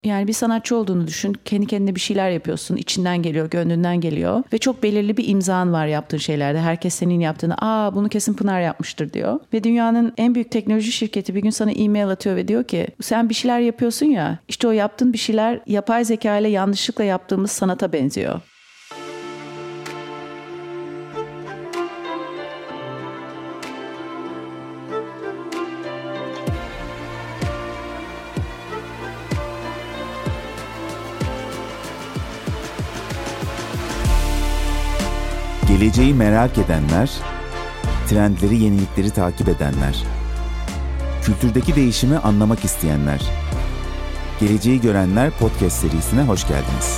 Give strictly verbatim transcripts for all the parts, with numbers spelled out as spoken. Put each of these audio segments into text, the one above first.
Yani bir sanatçı olduğunu düşün. Kendi kendine bir şeyler yapıyorsun. İçinden geliyor, gönlünden geliyor. Ve çok belirli bir imzan var yaptığın şeylerde. Herkes senin yaptığını, aa bunu kesin Pınar yapmıştır diyor. Ve dünyanın en büyük teknoloji şirketi bir gün sana e-mail atıyor ve diyor ki sen bir şeyler yapıyorsun ya. İşte o yaptığın bir şeyler yapay zeka ile yanlışlıkla yaptığımız sanata benziyor. Geleceği merak edenler, trendleri, yenilikleri takip edenler, kültürdeki değişimi anlamak isteyenler, Geleceği Görenler podcast serisine hoş geldiniz.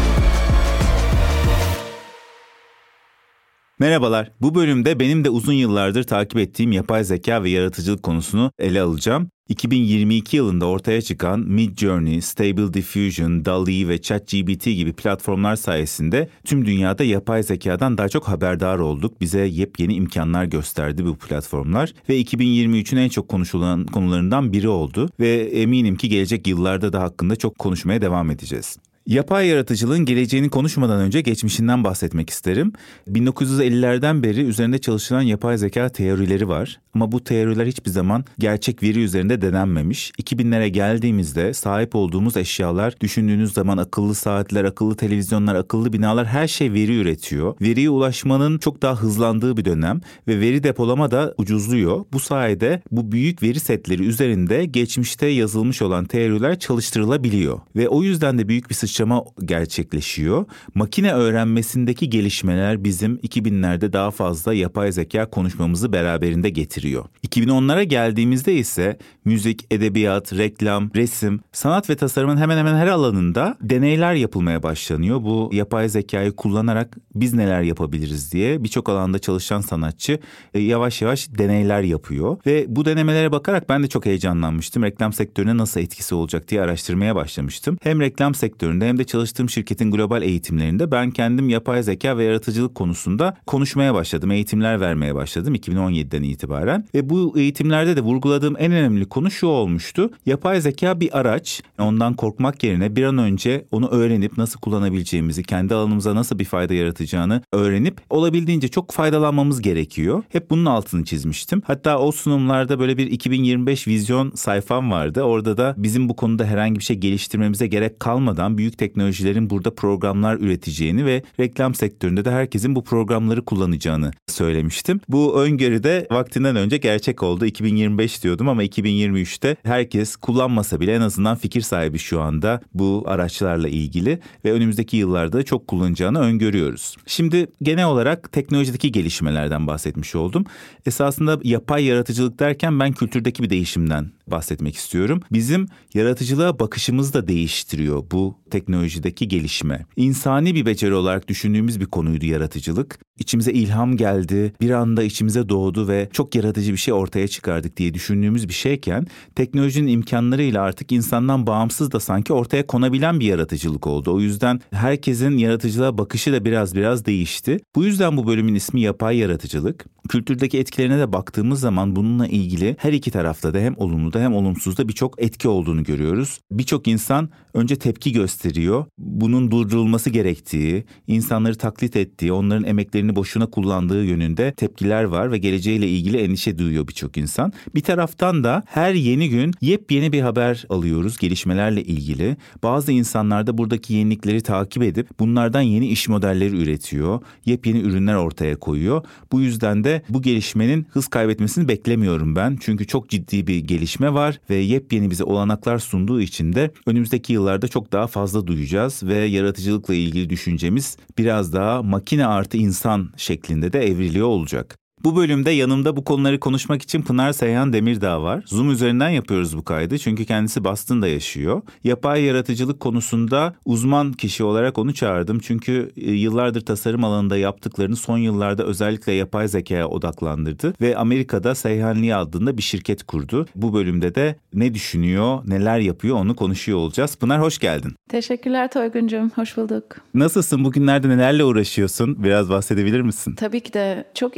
Merhabalar, bu bölümde benim de uzun yıllardır takip ettiğim yapay zeka ve yaratıcılık konusunu ele alacağım. iki bin yirmi iki yılında ortaya çıkan Midjourney, Stable Diffusion, DALL-E ve ChatGPT gibi platformlar sayesinde tüm dünyada yapay zekadan daha çok haberdar olduk. Bize yepyeni imkanlar gösterdi bu platformlar ve iki bin yirmi üçün en çok konuşulan konularından biri oldu ve eminim ki gelecek yıllarda da hakkında çok konuşmaya devam edeceğiz. Yapay yaratıcılığın geleceğini konuşmadan önce geçmişinden bahsetmek isterim. bin dokuz yüz ellilerden beri üzerinde çalışılan yapay zeka teorileri var. Ama bu teoriler hiçbir zaman gerçek veri üzerinde denenmemiş. iki binlere geldiğimizde sahip olduğumuz eşyalar, düşündüğünüz zaman akıllı saatler, akıllı televizyonlar, akıllı binalar, her şey veri üretiyor. Veriye ulaşmanın çok daha hızlandığı bir dönem ve veri depolama da ucuzluyor. Bu sayede bu büyük veri setleri üzerinde geçmişte yazılmış olan teoriler çalıştırılabiliyor. Ve o yüzden de büyük bir sıçrama gerçekleşiyor. Makine öğrenmesindeki gelişmeler bizim iki binlerde daha fazla yapay zeka konuşmamızı beraberinde getiriyor. iki bin onlara geldiğimizde ise müzik, edebiyat, reklam, resim, sanat ve tasarımın hemen hemen her alanında deneyler yapılmaya başlanıyor. Bu yapay zekayı kullanarak biz neler yapabiliriz diye birçok alanda çalışan sanatçı yavaş yavaş deneyler yapıyor. Ve bu denemelere bakarak ben de çok heyecanlanmıştım. Reklam sektörüne nasıl etkisi olacak diye araştırmaya başlamıştım. Hem reklam sektöründe hem de çalıştığım şirketin global eğitimlerinde ben kendim yapay zeka ve yaratıcılık konusunda konuşmaya başladım. Eğitimler vermeye başladım iki bin on yediden itibaren. Ve bu eğitimlerde de vurguladığım en önemli konu şu olmuştu. Yapay zeka bir araç. Ondan korkmak yerine bir an önce onu öğrenip nasıl kullanabileceğimizi, kendi alanımıza nasıl bir fayda yaratacağını öğrenip olabildiğince çok faydalanmamız gerekiyor. Hep bunun altını çizmiştim. Hatta o sunumlarda böyle bir iki bin yirmi beş vizyon sayfam vardı. Orada da bizim bu konuda herhangi bir şey geliştirmemize gerek kalmadan büyük teknolojilerin burada programlar üreteceğini ve reklam sektöründe de herkesin bu programları kullanacağını söylemiştim. Bu öngörü de vaktinden önce gerçek oldu. iki bin yirmi beş diyordum ama iki bin yirmi üçte herkes kullanmasa bile en azından fikir sahibi şu anda bu araçlarla ilgili ve önümüzdeki yıllarda çok kullanacağını öngörüyoruz. Şimdi genel olarak teknolojideki gelişmelerden bahsetmiş oldum. Esasında yapay yaratıcılık derken ben kültürdeki bir değişimden bahsetmek istiyorum. Bizim yaratıcılığa bakışımızı da değiştiriyor bu teknolojideki gelişme. İnsani bir beceri olarak düşündüğümüz bir konuydu yaratıcılık. İçimize ilham geldi, bir anda içimize doğdu ve çok yaratıcı bir şey ortaya çıkardık diye düşündüğümüz bir şeyken teknolojinin imkanlarıyla artık insandan bağımsız da sanki ortaya konabilen bir yaratıcılık oldu. O yüzden herkesin yaratıcılığa bakışı da biraz biraz değişti. Bu yüzden bu bölümün ismi yapay yaratıcılık. Kültürdeki etkilerine de baktığımız zaman bununla ilgili her iki tarafta da hem olumlu da hem olumsuz da birçok etki olduğunu görüyoruz. Birçok insan önce tepki gösteriyor. Bunun durdurulması gerektiği, insanları taklit ettiği, onların emeklerini boşuna kullandığı yönünde tepkiler var ve geleceğiyle ilgili endişe duyuyor birçok insan. Bir taraftan da her yeni gün yepyeni bir haber alıyoruz gelişmelerle ilgili. Bazı insanlar da buradaki yenilikleri takip edip bunlardan yeni iş modelleri üretiyor. Yepyeni ürünler ortaya koyuyor. Bu yüzden de bu gelişmenin hız kaybetmesini beklemiyorum ben. Çünkü çok ciddi bir gelişme var ve yepyeni bize olanaklar sunduğu için de önümüzdeki yıllarda çok daha fazla duyacağız ve yaratıcılıkla ilgili düşüncemiz biraz daha makine artı insan şeklinde de evriliyor olacak. Bu bölümde yanımda bu konuları konuşmak için Pınar Seyhan Demirdağ var. Zoom üzerinden yapıyoruz bu kaydı çünkü kendisi Boston'da yaşıyor. Yapay yaratıcılık konusunda uzman kişi olarak onu çağırdım. Çünkü yıllardır tasarım alanında yaptıklarını son yıllarda özellikle yapay zekaya odaklandırdı. Ve Amerika'da Seyhanli adında bir şirket kurdu. Bu bölümde de ne düşünüyor, neler yapıyor onu konuşuyor olacağız. Pınar hoş geldin. Teşekkürler Toyguncuğum, hoş bulduk. Nasılsın, bugünlerde nelerle uğraşıyorsun? Biraz bahsedebilir misin? Tabii ki de çok iyiyim.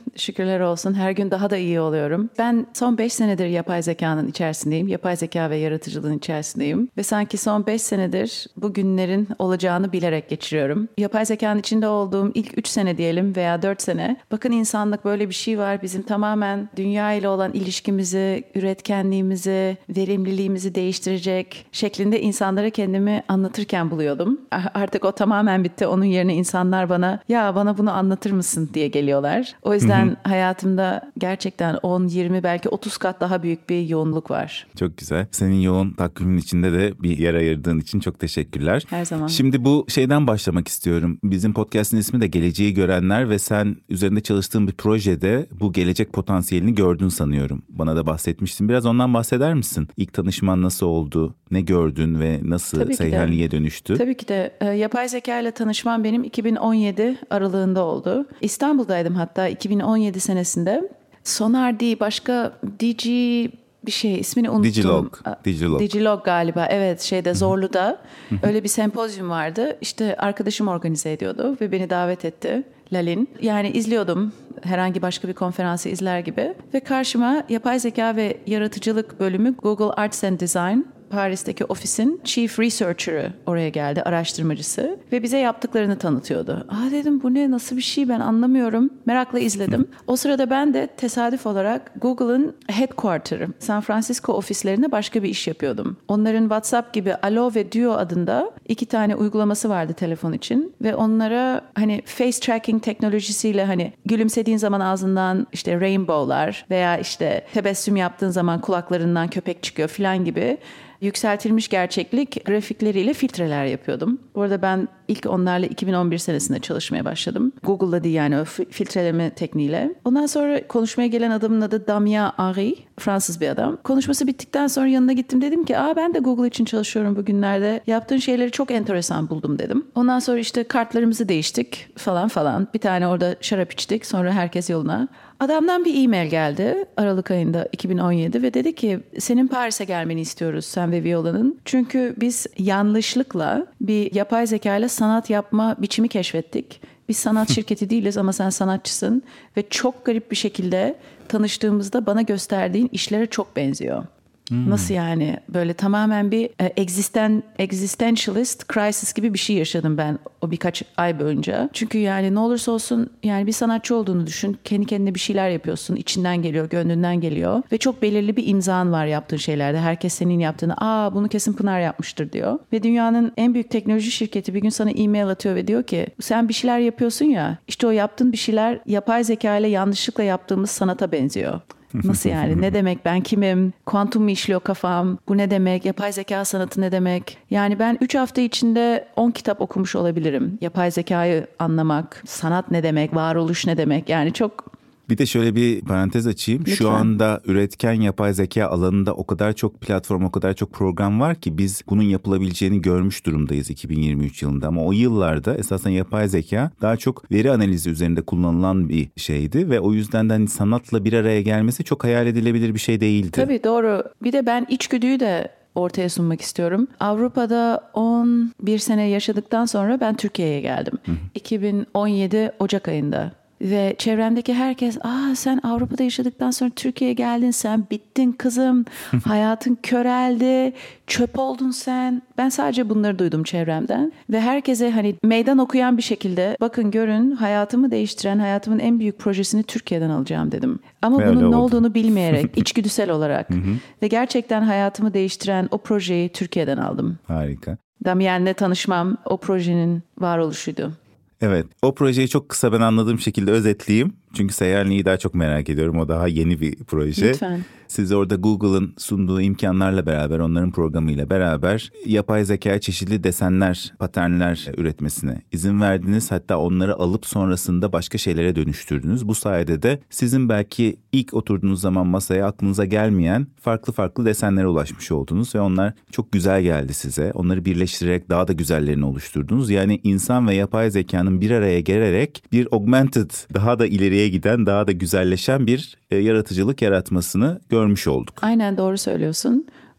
Şükürler olsun. Her gün daha da iyi oluyorum. Ben son beş senedir yapay zekanın içerisindeyim. Yapay zeka ve yaratıcılığın içerisindeyim. Ve sanki son beş senedir bu günlerin olacağını bilerek geçiriyorum. Yapay zekanın içinde olduğum ilk üç sene diyelim veya dört sene. Bakın insanlık böyle bir şey var. Bizim tamamen dünya ile olan ilişkimizi, üretkenliğimizi, verimliliğimizi değiştirecek şeklinde insanlara kendimi anlatırken buluyordum. Artık o tamamen bitti. Onun yerine insanlar bana ya bana bunu anlatır mısın diye geliyorlar. O yüzden hı hı. hayatımda gerçekten on, yirmi belki otuz kat daha büyük bir yoğunluk var. Çok güzel. Senin yoğun takvimin içinde de bir yer ayırdığın için çok teşekkürler. Her zaman. Şimdi bu şeyden başlamak istiyorum. Bizim podcast'ın ismi de Geleceği Görenler ve sen üzerinde çalıştığın bir projede bu gelecek potansiyelini gördün sanıyorum. Bana da bahsetmiştin. Biraz ondan bahseder misin? İlk tanışman nasıl oldu? Ne gördün ve nasıl seyhanliğe dönüştü? Tabii ki de. E, yapay zeka ile tanışmam benim iki bin on yedi aralığında oldu. İstanbul'daydım hatta iki bin on yedi senesinde. Sonar değil, başka D G bir şey, ismini unuttum. Digilog. Digilog. Digilog galiba, evet, şeyde Zorlu'da öyle bir sempozyum vardı. İşte arkadaşım organize ediyordu ve beni davet etti. Lalin. Yani izliyordum herhangi başka bir konferansı izler gibi. Ve karşıma yapay zeka ve yaratıcılık bölümü Google Arts and Design Paris'teki ofisin Chief Researcher'ı oraya geldi, araştırmacısı ve bize yaptıklarını tanıtıyordu. Aa dedim, bu ne, nasıl bir şey, ben anlamıyorum. Merakla izledim. O sırada ben de tesadüf olarak Google'ın headquarter'ı, San Francisco ofislerinde başka bir iş yapıyordum. Onların WhatsApp gibi Allo ve Duo adında iki tane uygulaması vardı telefon için ve onlara hani face tracking teknolojisiyle hani gülümsediğin zaman ağzından işte rainbow'lar veya işte tebessüm yaptığın zaman kulaklarından köpek çıkıyor falan gibi yükseltilmiş gerçeklik grafikleriyle filtreler yapıyordum. Bu arada ben ilk onlarla iki bin on bir senesinde çalışmaya başladım. Google'da değil yani, o filtreleme tekniğiyle. Ondan sonra konuşmaya gelen adamın adı Damien Henry. Fransız bir adam. Konuşması bittikten sonra yanına gittim, dedim ki aa ben de Google için çalışıyorum bugünlerde. Yaptığın şeyleri çok enteresan buldum dedim. Ondan sonra işte kartlarımızı değiştik falan falan. Bir tane orada şarap içtik, sonra herkes yoluna. Adamdan bir e-mail geldi Aralık ayında iki bin on yedi ve dedi ki senin Paris'e gelmeni istiyoruz, sen ve Viola'nın. Çünkü biz yanlışlıkla bir yapay zeka ile sanat yapma biçimi keşfettik. Biz sanat şirketi değiliz ama sen sanatçısın ve çok garip bir şekilde tanıştığımızda bana gösterdiğin işlere çok benziyor. Hmm. Nasıl yani? Böyle tamamen bir e, existen, existentialist crisis gibi bir şey yaşadım ben o birkaç ay boyunca. Çünkü yani ne olursa olsun yani bir sanatçı olduğunu düşün. Kendi kendine bir şeyler yapıyorsun. İçinden geliyor, gönlünden geliyor. Ve çok belirli bir imzan var yaptığın şeylerde. Herkes senin yaptığını, aa bunu kesin Pınar yapmıştır diyor. Ve dünyanın en büyük teknoloji şirketi bir gün sana e-mail atıyor ve diyor ki sen bir şeyler yapıyorsun ya, işte o yaptığın bir şeyler yapay zeka ile yanlışlıkla yaptığımız sanata benziyor. Nasıl yani? Ne demek? Ben kimim? Kuantum mu işliyor kafam? Bu ne demek? Yapay zeka sanatı ne demek? Yani ben üç hafta içinde on kitap okumuş olabilirim. Yapay zekayı anlamak, sanat ne demek, varoluş ne demek? Yani çok... Bir de şöyle bir parantez açayım. Lütfen. Şu anda üretken yapay zeka alanında o kadar çok platform, o kadar çok program var ki biz bunun yapılabileceğini görmüş durumdayız iki bin yirmi üç yılında. Ama o yıllarda esasen yapay zeka daha çok veri analizi üzerinde kullanılan bir şeydi ve o yüzden de hani sanatla bir araya gelmesi çok hayal edilebilir bir şey değildi. Tabii doğru. Bir de ben içgüdüyü de ortaya sunmak istiyorum. Avrupa'da on bir sene yaşadıktan sonra ben Türkiye'ye geldim. Hı hı. iki bin on yedi Ocak ayında. Ve çevremdeki herkes, aa sen Avrupa'da yaşadıktan sonra Türkiye'ye geldin, sen bittin kızım, hayatın köreldi, çöp oldun sen. Ben sadece bunları duydum çevremden ve herkese hani meydan okuyan bir şekilde bakın görün, hayatımı değiştiren, hayatımın en büyük projesini Türkiye'den alacağım dedim. Ama ve bunun ne olduğunu bilmeyerek, içgüdüsel olarak ve gerçekten hayatımı değiştiren o projeyi Türkiye'den aldım. Harika. Damien'le tanışmam o projenin varoluşuydu. Evet, o projeyi çok kısa ben anladığım şekilde özetleyeyim. Çünkü Seyhanliği daha çok merak ediyorum. O daha yeni bir proje. Lütfen. Siz orada Google'ın sunduğu imkanlarla beraber, onların programıyla beraber yapay zekaya çeşitli desenler, paternler üretmesine izin verdiniz. Hatta onları alıp sonrasında başka şeylere dönüştürdünüz. Bu sayede de sizin belki ilk oturduğunuz zaman masaya aklınıza gelmeyen farklı farklı desenlere ulaşmış oldunuz. Ve onlar çok güzel geldi size. Onları birleştirerek daha da güzellerini oluşturdunuz. Yani insan ve yapay zekanın bir araya gelerek bir augmented, daha da ileriye giden, daha da güzelleşen bir e, yaratıcılık yaratmasını görmüş olduk. Aynen doğru söylüyorsun.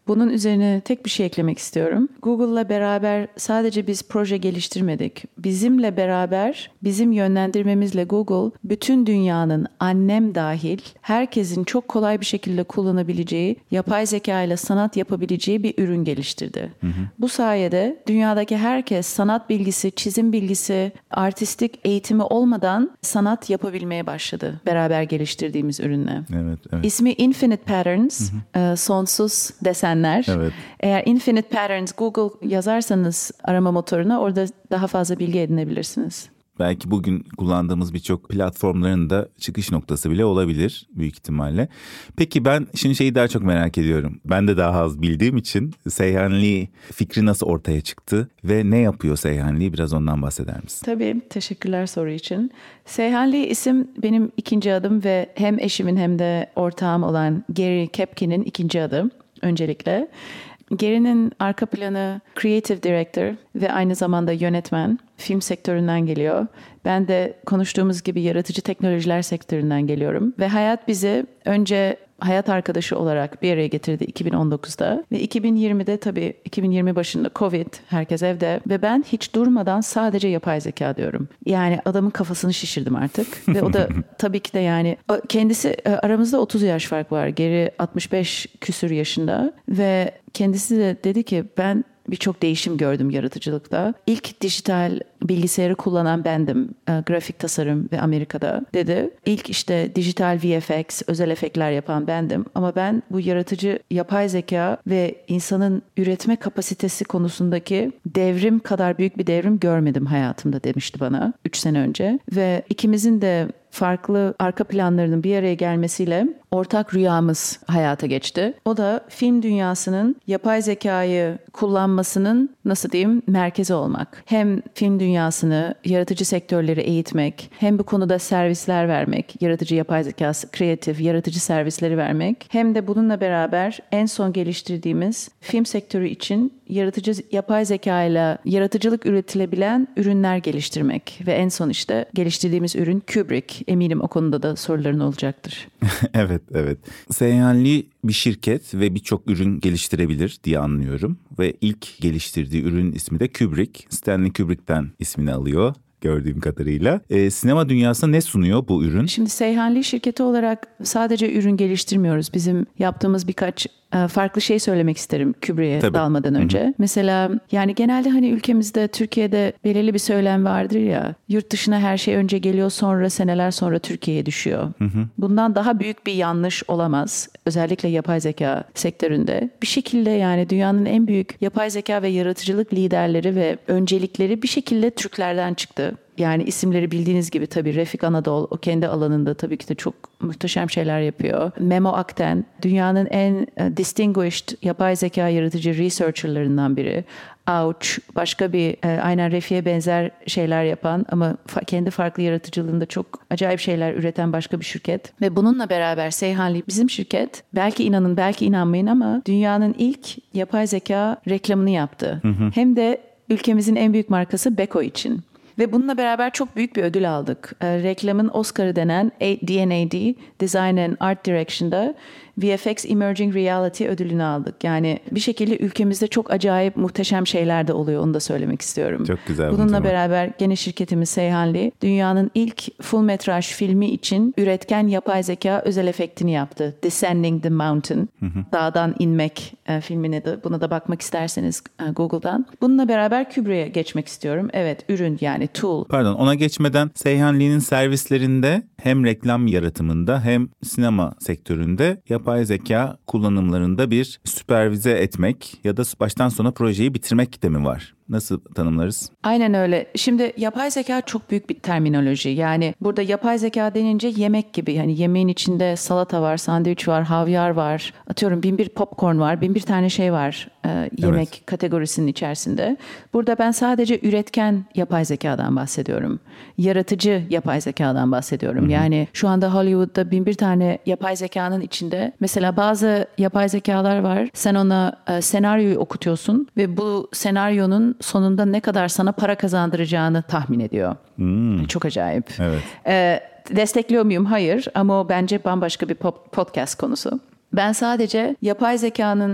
Bunun üzerine tek bir şey eklemek istiyorum. Google'la beraber sadece biz proje geliştirmedik. Bizimle beraber, bizim yönlendirmemizle Google, bütün dünyanın, annem dahil, herkesin çok kolay bir şekilde kullanabileceği, yapay zeka ile sanat yapabileceği bir ürün geliştirdi. Hı hı. Bu sayede dünyadaki herkes sanat bilgisi, çizim bilgisi, artistik eğitimi olmadan sanat yapabilmeye başladı. Beraber geliştirdiğimiz ürünle. Evet, evet. İsmi Infinite Patterns, hı hı. sonsuz desenler. Evet. Eğer Infinite Patterns Google yazarsanız arama motoruna, orada daha fazla bilgi edinebilirsiniz. Belki bugün kullandığımız birçok platformların da çıkış noktası bile olabilir büyük ihtimalle. Peki ben şimdi şeyi daha çok merak ediyorum. Ben de daha az bildiğim için Seyhan Lee fikri nasıl ortaya çıktı ve ne yapıyor Seyhan Lee? Biraz ondan bahseder misin? Tabii, teşekkürler soru için. Seyhan Lee isim benim ikinci adım ve hem eşimin hem de ortağım olan Gary Kepke'nin ikinci adı öncelikle. Gary'nin arka planı Creative Director ve aynı zamanda yönetmen, film sektöründen geliyor. Ben de konuştuğumuz gibi yaratıcı teknolojiler sektöründen geliyorum. Ve hayat bizi önce hayat arkadaşı olarak bir araya getirdi iki bin on dokuzda. Ve iki bin yirmide tabii iki bin yirmi başında Covid, herkes evde. Ve ben hiç durmadan sadece yapay zeka diyorum. Yani adamın kafasını şişirdim artık. Ve o da tabii ki de yani kendisi, aramızda otuz yaş fark var. Gary altmış beş küsür yaşında. Ve kendisi de dedi ki ben birçok değişim gördüm yaratıcılıkta. İlk dijital bilgisayarı kullanan bendim. E, grafik tasarım ve Amerika'da dedi. İlk işte dijital V F X, özel efektler yapan bendim. Ama ben bu yaratıcı yapay zeka ve insanın üretme kapasitesi konusundaki devrim kadar büyük bir devrim görmedim hayatımda demişti bana üç sene önce. Ve ikimizin de farklı arka planlarının bir araya gelmesiyle ortak rüyamız hayata geçti. O da film dünyasının yapay zekayı kullanmasının, nasıl diyeyim, merkezi olmak. Hem film dünyasını, yaratıcı sektörleri eğitmek, hem bu konuda servisler vermek, yaratıcı yapay zekası, kreatif, yaratıcı servisleri vermek, hem de bununla beraber en son geliştirdiğimiz film sektörü için yaratıcı yapay zeka ile yaratıcılık üretilebilen ürünler geliştirmek ve en son işte geliştirdiğimiz ürün Kubrick. Eminim o konuda da soruların olacaktır. Evet, evet. Seyhan Lee bir şirket ve birçok ürün geliştirebilir diye anlıyorum. Ve ilk geliştirdiği ürün ismi de Kubrick. Stanley Kubrick'ten ismini alıyor gördüğüm kadarıyla. E, sinema dünyasına ne sunuyor bu ürün? Şimdi Seyhan Lee şirketi olarak sadece ürün geliştirmiyoruz. Bizim yaptığımız birkaç farklı şey söylemek isterim Kubrick'e Tabii. dalmadan önce. Hı-hı. Mesela yani genelde hani ülkemizde, Türkiye'de belirli bir söylem vardır ya. Yurt dışına her şey önce geliyor, sonra seneler sonra Türkiye'ye düşüyor. Hı-hı. Bundan daha büyük bir yanlış olamaz. Özellikle yapay zeka sektöründe. Bir şekilde yani dünyanın en büyük yapay zeka ve yaratıcılık liderleri ve öncelikleri bir şekilde Türklerden çıktı. Yani isimleri bildiğiniz gibi tabii Refik Anadol, o kendi alanında tabii ki de çok muhteşem şeyler yapıyor. Memo Akten, dünyanın en distinguished yapay zeka yaratıcı researcherlarından biri. Ouch, başka bir e, aynen Refik'e benzer şeyler yapan ama fa- kendi farklı yaratıcılığında çok acayip şeyler üreten başka bir şirket. Ve bununla beraber Seyhan Lee, bizim şirket, belki inanın belki inanmayın ama dünyanın ilk yapay zeka reklamını yaptı. Hı hı. Hem de ülkemizin en büyük markası Beko için. Ve bununla beraber çok büyük bir ödül aldık. E, reklamın Oscar'ı denen D N A D, Design and Art Direction'da V F X Emerging Reality ödülünü aldık. Yani bir şekilde ülkemizde çok acayip, muhteşem şeyler de oluyor. Onu da söylemek istiyorum. Çok güzel. Bununla beraber gene şirketimiz Seyhan Lee, dünyanın ilk full metraj filmi için üretken yapay zeka özel efektini yaptı. Descending the Mountain. Hı hı. Dağdan inmek e, filmine de, buna da bakmak isterseniz e, Google'dan. Bununla beraber Kubrick'e geçmek istiyorum. Evet, ürün yani tool. Pardon, ona geçmeden Seyhan Lee'nin servislerinde hem reklam yaratımında hem sinema sektöründe yapay zeka kullanımlarında bir süpervize etmek ya da baştan sona projeyi bitirmek de mi var? Nasıl tanımlarız? Aynen öyle. Şimdi yapay zeka çok büyük bir terminoloji. Yani burada yapay zeka denince yemek gibi. Yani yemeğin içinde salata var, sandviç var, havyar var. Atıyorum bin bir popcorn var, bin bir tane şey var e, yemek evet. kategorisinin içerisinde. Burada ben sadece üretken yapay zekadan bahsediyorum. Yaratıcı yapay zekadan bahsediyorum. Hı-hı. Yani şu anda Hollywood'da bin bir tane yapay zekanın içinde. Mesela bazı yapay zekalar var. Sen ona e, senaryoyu okutuyorsun ve bu senaryonun sonunda ne kadar sana para kazandıracağını tahmin ediyor. Hmm. Çok acayip. Evet. Ee, destekliyor muyum? Hayır. Ama o bence bambaşka bir pop- podcast konusu. Ben sadece yapay zekanın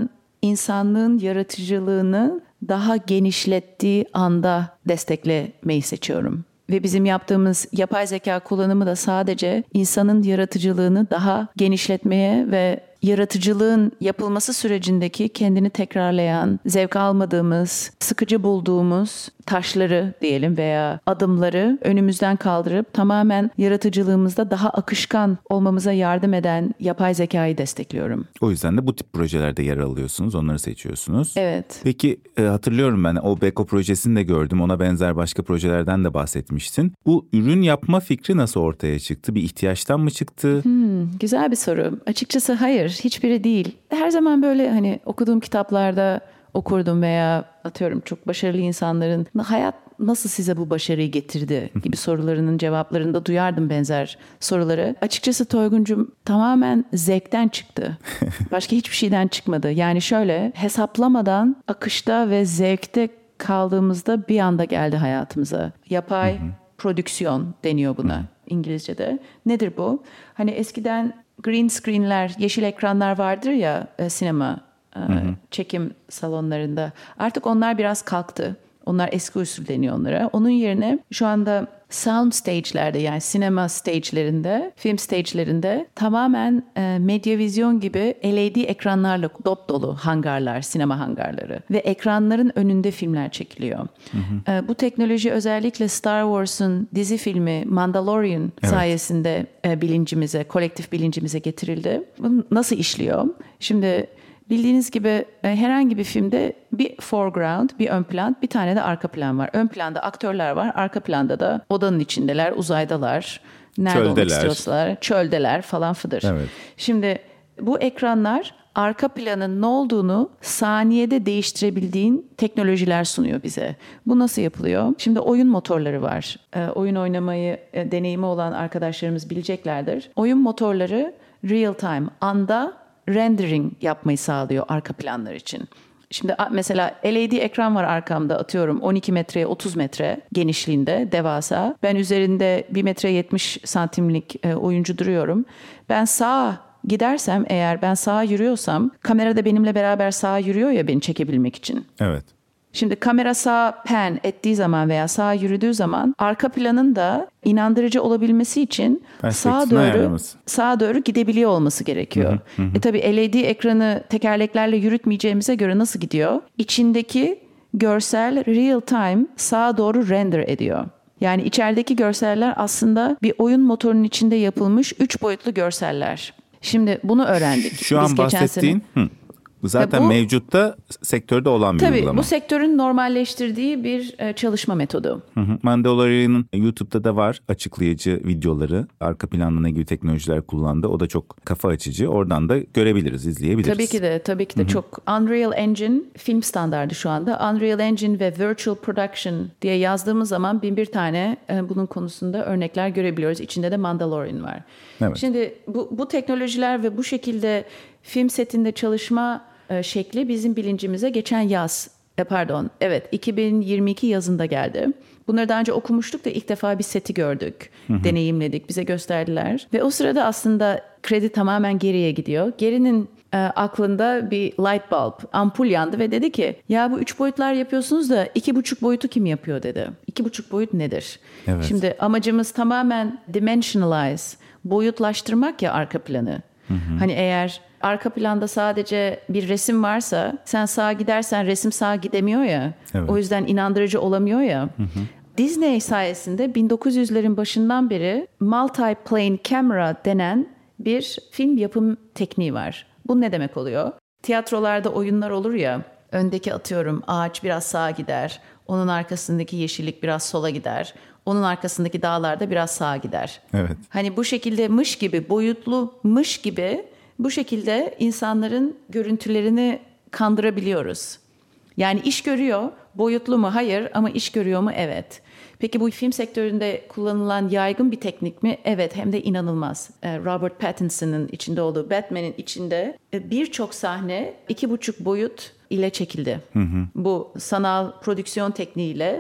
insanlığın yaratıcılığını daha genişlettiği anda desteklemeyi seçiyorum. Ve bizim yaptığımız yapay zeka kullanımı da sadece insanın yaratıcılığını daha genişletmeye ve yaratıcılığın yapılması sürecindeki kendini tekrarlayan, zevk almadığımız, sıkıcı bulduğumuz taşları diyelim veya adımları önümüzden kaldırıp tamamen yaratıcılığımızda daha akışkan olmamıza yardım eden yapay zekayı destekliyorum. O yüzden de bu tip projelerde yer alıyorsunuz, onları seçiyorsunuz. Evet. Peki e, hatırlıyorum ben o Beko projesini de gördüm, ona benzer başka projelerden de bahsetmiştin. Bu ürün yapma fikri nasıl ortaya çıktı? Bir ihtiyaçtan mı çıktı? Hmm, güzel bir soru. Açıkçası hayır, hiçbiri değil. Her zaman böyle hani okuduğum kitaplarda okurdum veya atıyorum çok başarılı insanların hayat nasıl size bu başarıyı getirdi gibi sorularının cevaplarında duyardım benzer soruları. Açıkçası Toyguncuğum tamamen zevkten çıktı. Başka hiçbir şeyden çıkmadı. Yani şöyle hesaplamadan akışta ve zevkte kaldığımızda bir anda geldi hayatımıza. Yapay prodüksiyon deniyor buna İngilizce'de. Nedir bu? Hani eskiden green screenler, yeşil ekranlar vardır ya sinema Hı hı. çekim salonlarında. Artık onlar biraz kalktı. Onlar eski usul deniyor onlara. Onun yerine şu anda sound stage'lerde yani sinema stage'lerinde, film stage'lerinde tamamen e, medyavizyon gibi L E D ekranlarla dop dolu hangarlar, sinema hangarları ve ekranların önünde filmler çekiliyor. Hı hı. E, bu teknoloji özellikle Star Wars'un dizi filmi Mandalorian evet. sayesinde e, bilincimize, kolektif bilincimize getirildi. Bu nasıl işliyor? Şimdi bildiğiniz gibi herhangi bir filmde bir foreground, bir ön plan, bir tane de arka plan var. Ön planda aktörler var, arka planda da odanın içindeler, uzaydalar, nerede çöldeler. olmak istiyorsalar, çöldeler falan fıdır. Evet. Şimdi bu ekranlar arka planın ne olduğunu saniyede değiştirebildiğin teknolojiler sunuyor bize. Bu nasıl yapılıyor? Şimdi oyun motorları var. E, oyun oynamayı e, deneyimi olan arkadaşlarımız bileceklerdir. Oyun motorları real time, anda rendering yapmayı sağlıyor arka planlar için. Şimdi mesela L E D ekran var arkamda atıyorum on iki metreye otuz metre genişliğinde devasa. Ben üzerinde bir metre yetmiş santimlik oyuncu duruyorum. Ben sağa gidersem eğer ben sağa yürüyorsam kamera da benimle beraber sağa yürüyor ya beni çekebilmek için. Evet. Şimdi kamera sağa pan ettiği zaman veya sağa yürüdüğü zaman arka planın da inandırıcı olabilmesi için sağa doğru sağa doğru gidebiliyor olması gerekiyor. Hı hı hı. E tabii L E D ekranı tekerleklerle yürütmeyeceğimize göre nasıl gidiyor? İçindeki görsel real time sağa doğru render ediyor. Yani içerideki görseller aslında bir oyun motorunun içinde yapılmış üç boyutlu görseller. Şimdi bunu öğrendik. Şu Biz an bahsettiğin... Sene... Zaten bu, mevcutta sektörde olan bir tabii, uygulama. Tabii bu sektörün normalleştirdiği bir e, çalışma metodu. Hı hı. Mandalorian'ın YouTube'da da var açıklayıcı videoları. Arka planda ne gibi teknolojiler kullandı. O da çok kafa açıcı. Oradan da görebiliriz, izleyebiliriz. Tabii ki de, tabii ki de hı hı. çok. Unreal Engine film standardı şu anda. Unreal Engine ve Virtual Production diye yazdığımız zaman bin bir tane e, bunun konusunda örnekler görebiliyoruz. İçinde de Mandalorian var. Evet. Şimdi bu, bu teknolojiler ve bu şekilde film setinde çalışma şekli bizim bilincimize geçen yaz, pardon, evet iki bin yirmi iki yazında geldi. Bunları daha önce okumuştuk da ilk defa bir seti gördük, hı hı. deneyimledik, bize gösterdiler. Ve o sırada aslında kredi tamamen geriye gidiyor. Gerinin e, aklında bir light bulb, ampul yandı ve dedi ki ya bu üç boyutlar yapıyorsunuz da iki buçuk boyutu kim yapıyor dedi. İki buçuk boyut nedir? Evet. Şimdi amacımız tamamen dimensionalize, boyutlaştırmak ya arka planı. Hı hı. Hani eğer arka planda sadece bir resim varsa sen sağa gidersen resim sağa gidemiyor ya. Evet. O yüzden inandırıcı olamıyor ya. Hı hı. Disney sayesinde bin dokuz yüzlerin başından beri multi-plane camera denen bir film yapım tekniği var. Bu ne demek oluyor? Tiyatrolarda oyunlar olur ya. Öndeki atıyorum ağaç biraz sağa gider. Onun arkasındaki yeşillik biraz sola gider. Onun arkasındaki dağlarda biraz sağa gider. Evet. Hani bu şekilde mış gibi, boyutlu mış gibi bu şekilde insanların görüntülerini kandırabiliyoruz. Yani iş görüyor, boyutlu mu? Hayır ama iş görüyor mu? Evet. Peki bu film sektöründe kullanılan yaygın bir teknik mi? Evet, hem de inanılmaz. Robert Pattinson'ın içinde olduğu Batman'in içinde birçok sahne iki buçuk boyut ile çekildi. Hı hı. Bu sanal prodüksiyon tekniğiyle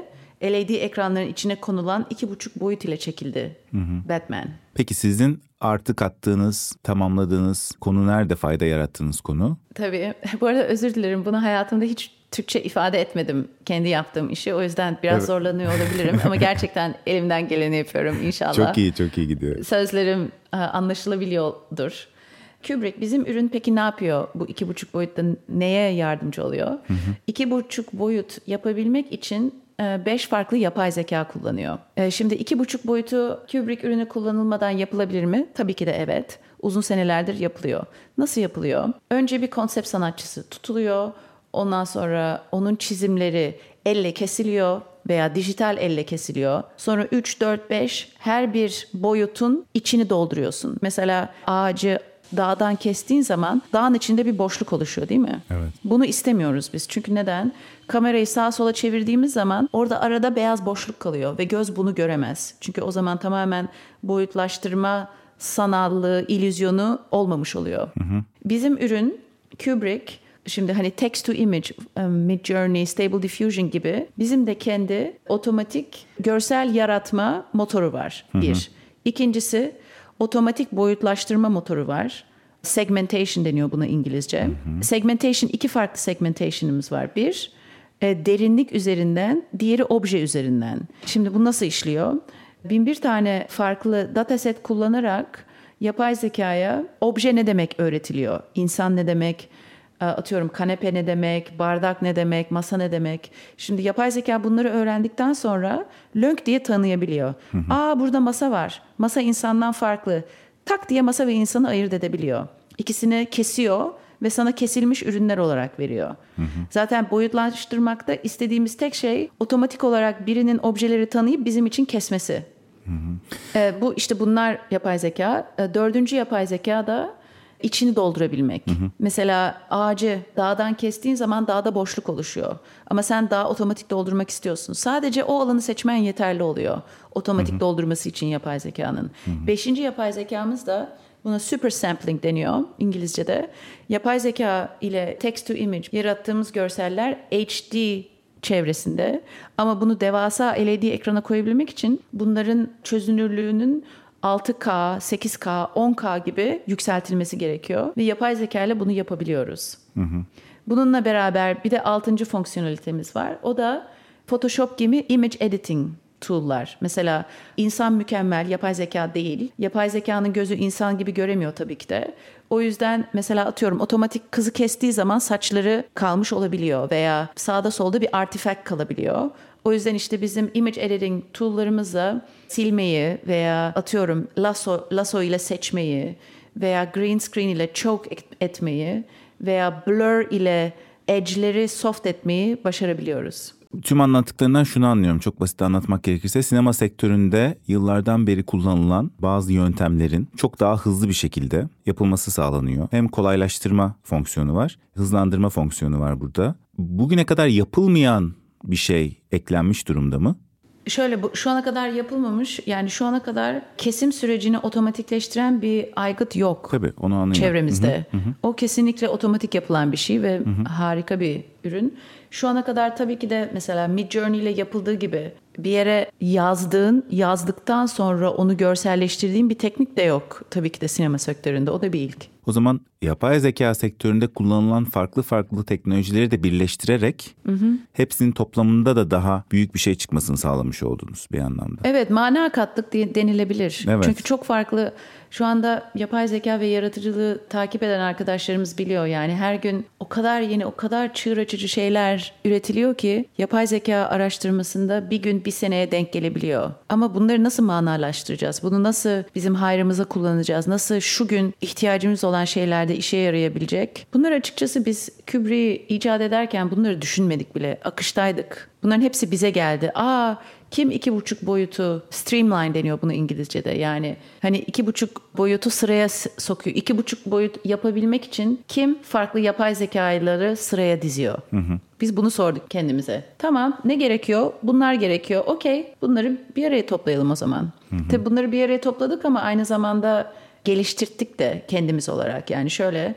L E D ekranların içine konulan iki buçuk boyut ile çekildi hı hı. Batman. Peki sizin artık attığınız, tamamladığınız konu nerede, fayda yarattığınız konu? Tabii. Bu arada özür dilerim. Bunu hayatımda hiç Türkçe ifade etmedim kendi yaptığım işi. O yüzden biraz evet. zorlanıyor olabilirim. Ama gerçekten elimden geleni yapıyorum inşallah. Çok iyi, çok iyi gidiyor. Sözlerim anlaşılabiliyordur. Kubrick bizim ürün peki ne yapıyor? Bu iki buçuk boyutta neye yardımcı oluyor? Hı hı. İki buçuk boyut yapabilmek için beş farklı yapay zeka kullanıyor. Şimdi iki buçuk boyutu Kubrick ürünü kullanılmadan yapılabilir mi? Tabii ki de evet. Uzun senelerdir yapılıyor. Nasıl yapılıyor? Önce bir konsept sanatçısı tutuluyor. Ondan sonra onun çizimleri elle kesiliyor veya dijital elle kesiliyor. Sonra üç, dört, beş her bir boyutun içini dolduruyorsun. Mesela ağacı dağdan kestiğin zaman dağın içinde bir boşluk oluşuyor değil mi? Evet. Bunu istemiyoruz biz. Çünkü neden? Kamerayı sağa sola çevirdiğimiz zaman orada arada beyaz boşluk kalıyor ve göz bunu göremez. Çünkü o zaman tamamen boyutlaştırma sanallığı, illüzyonu olmamış oluyor. Hı hı. Bizim ürün Kubrick, şimdi hani text to image, Midjourney, Stable Diffusion gibi bizim de kendi otomatik görsel yaratma motoru var. Hı hı. Bir. İkincisi otomatik boyutlaştırma motoru var. Segmentation deniyor buna İngilizce. Hı hı. Segmentation, iki farklı segmentation'ımız var. Bir, e, derinlik üzerinden, diğeri obje üzerinden. Şimdi bu nasıl işliyor? Bin bir tane farklı dataset kullanarak yapay zekaya obje ne demek öğretiliyor? İnsan ne demek? Atıyorum kanepe ne demek? Bardak ne demek? Masa ne demek? Şimdi yapay zeka bunları öğrendikten sonra lönk diye tanıyabiliyor. Hı hı. Aa burada masa var. Masa insandan farklı. Tak diye masa ve insanı ayırt edebiliyor. İkisini kesiyor ve sana kesilmiş ürünler olarak veriyor. Hı hı. Zaten boyutlaştırmakta istediğimiz tek şey otomatik olarak birinin objeleri tanıyıp bizim için kesmesi. Hı hı. Ee, bu işte bunlar yapay zeka. Ee, dördüncü yapay zeka da içini doldurabilmek. Hı hı. Mesela ağacı dağdan kestiğin zaman dağda boşluk oluşuyor. Ama sen dağı otomatik doldurmak istiyorsun. Sadece o alanı seçmen yeterli oluyor. Otomatik hı hı. doldurması için yapay zekanın. Hı hı. Beşinci yapay zekamız da buna super sampling deniyor İngilizce'de. Yapay zeka ile text to image yarattığımız görseller H D çevresinde. Ama bunu devasa L E D ekrana koyabilmek için bunların çözünürlüğünün altı K, sekiz K, on K gibi yükseltilmesi gerekiyor. Ve yapay zeka ile bunu yapabiliyoruz. Hı hı. Bununla beraber bir de altıncı fonksiyonelitemiz var. O da Photoshop gibi image editing tool'lar. Mesela insan mükemmel, yapay zeka değil. Yapay zekanın gözü insan gibi göremiyor tabii ki de. O yüzden mesela atıyorum otomatik kızı kestiği zaman saçları kalmış olabiliyor veya sağda solda bir artifact kalabiliyor. O yüzden işte bizim image editing tool'larımızla silmeyi veya atıyorum lasso, lasso ile seçmeyi veya green screen ile choke etmeyi veya blur ile edge'leri soft etmeyi başarabiliyoruz. Tüm anlattıklarından şunu anlıyorum, çok basit anlatmak gerekirse sinema sektöründe yıllardan beri kullanılan bazı yöntemlerin çok daha hızlı bir şekilde yapılması sağlanıyor. Hem kolaylaştırma fonksiyonu var, hızlandırma fonksiyonu var burada. Bugüne kadar yapılmayan bir şey eklenmiş durumda mı? Şöyle bu, şu ana kadar yapılmamış, yani şu ana kadar kesim sürecini otomatikleştiren bir aygıt yok. Tabii, onu anlıyorum. Çevremizde. Hı hı. O kesinlikle otomatik yapılan bir şey ve hı hı. harika bir ürün. Şu ana kadar tabii ki de mesela Midjourney ile yapıldığı gibi bir yere yazdığın, yazdıktan sonra onu görselleştirdiğin bir teknik de yok tabii ki de sinema sektöründe. O da bir ilk. O zaman yapay zeka sektöründe kullanılan farklı farklı teknolojileri de birleştirerek hı hı. hepsinin toplamında da daha büyük bir şey çıkmasını sağlamış oldunuz bir anlamda. Evet, mana kattık diye denilebilir. Evet. Çünkü çok farklı. Şu anda yapay zeka ve yaratıcılığı takip eden arkadaşlarımız biliyor. Yani her gün o kadar yeni, o kadar çığır açıcı şeyler üretiliyor ki yapay zeka araştırmasında bir gün bir seneye denk gelebiliyor. Ama bunları nasıl manalaştıracağız? Bunu nasıl bizim hayrımıza kullanacağız? Nasıl şu gün ihtiyacımız olan şeylerde işe yarayabilecek? Bunlar açıkçası biz Kubrick'i icat ederken bunları düşünmedik bile. Akıştaydık. Bunların hepsi bize geldi. Aa, kim iki buçuk boyutu, streamline deniyor bunu İngilizce'de. Yani hani iki buçuk boyutu sıraya sokuyor. İki buçuk boyut yapabilmek için kim farklı yapay zekaları sıraya diziyor? Hı hı. Biz bunu sorduk kendimize. Tamam, ne gerekiyor? Bunlar gerekiyor. Okey, bunları bir araya toplayalım o zaman. Hı hı. Tabii bunları bir araya topladık ama aynı zamanda geliştirdik de kendimiz olarak. Yani şöyle,